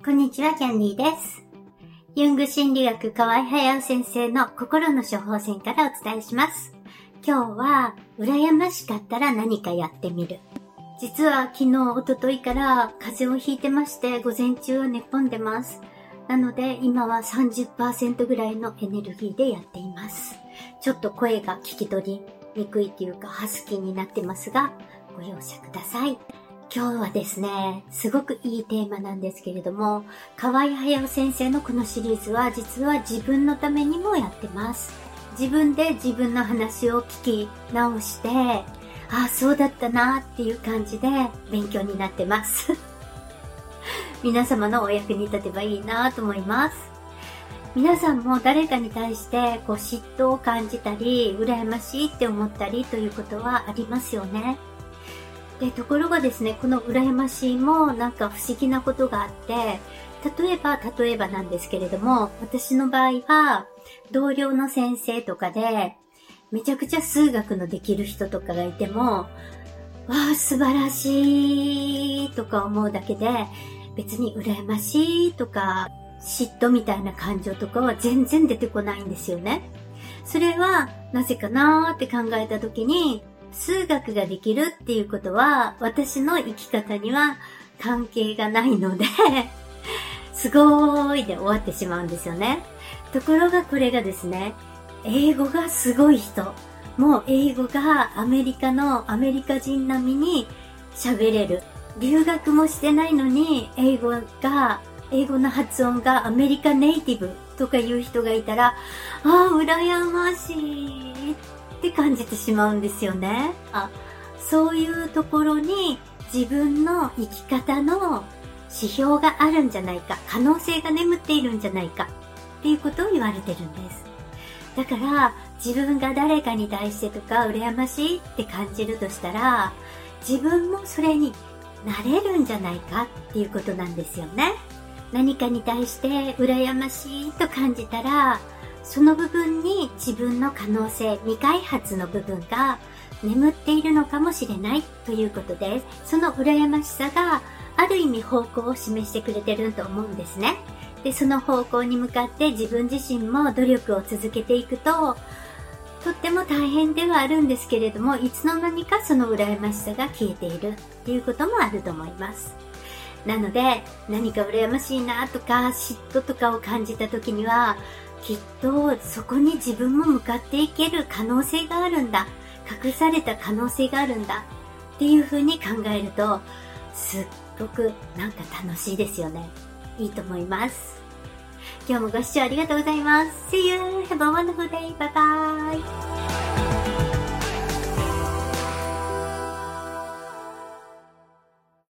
こんにちは、キャンディーです。ユング心理学河合隼先生の心の処方箋からお伝えします。今日は、羨ましかったら何かやってみる。実は昨日、一昨日から風邪をひいてまして、午前中は寝込んでます。なので、今は 30% ぐらいのエネルギーでやっています。ちょっと声が聞き取りにくいというか、ハスキーになってますが、ご容赦ください。今日はですね、すごくいいテーマなんですけれども、河合隼先生のこのシリーズは実は自分のためにもやってます。自分で自分の話を聞き直して、ああそうだったなっていう感じで勉強になってます。皆様のお役に立てばいいなと思います。皆さんも誰かに対して嫉妬を感じたり、羨ましいって思ったりということはありますよね。で、ところがですね、この羨ましいもなんか不思議なことがあって、例えばなんですけれども、私の場合は同僚の先生とかでめちゃくちゃ数学のできる人とかがいても、わあ素晴らしいとか思うだけで、別に羨ましいとか嫉妬みたいな感情とかは全然出てこないんですよね。それはなぜかなーって考えた時に、数学ができるっていうことは私の生き方には関係がないので、すごーいで終わってしまうんですよね。ところがこれがですね、英語がすごい人、もう英語がアメリカ人並みに喋れる。留学もしてないのに英語の発音がアメリカネイティブとかいう人がいたら、ああ、羨ましいって感じてしまうんですよね。そういうところに自分の生き方の指標があるんじゃないか、可能性が眠っているんじゃないかっていうことを言われてるんです。だから自分が誰かに対してとか羨ましいって感じるとしたら、自分もそれになれるんじゃないかっていうことなんですよね。何かに対して羨ましいと感じたら、その部分に自分の可能性、未開発の部分が眠っているのかもしれないということです。その羨ましさがある意味方向を示してくれてると思うんですね。で、その方向に向かって自分自身も努力を続けていくと、とっても大変ではあるんですけれども、いつの間にかその羨ましさが消えているっていうこともあると思います。なので、何か羨ましいなとか嫉妬とかを感じた時には、きっとそこに自分も向かっていける可能性があるんだ、隠された可能性があるんだっていう風に考えると、すっごくなんか楽しいですよね。いいと思います。今日もご視聴ありがとうございます。See you! Have a wonderful day! Bye bye!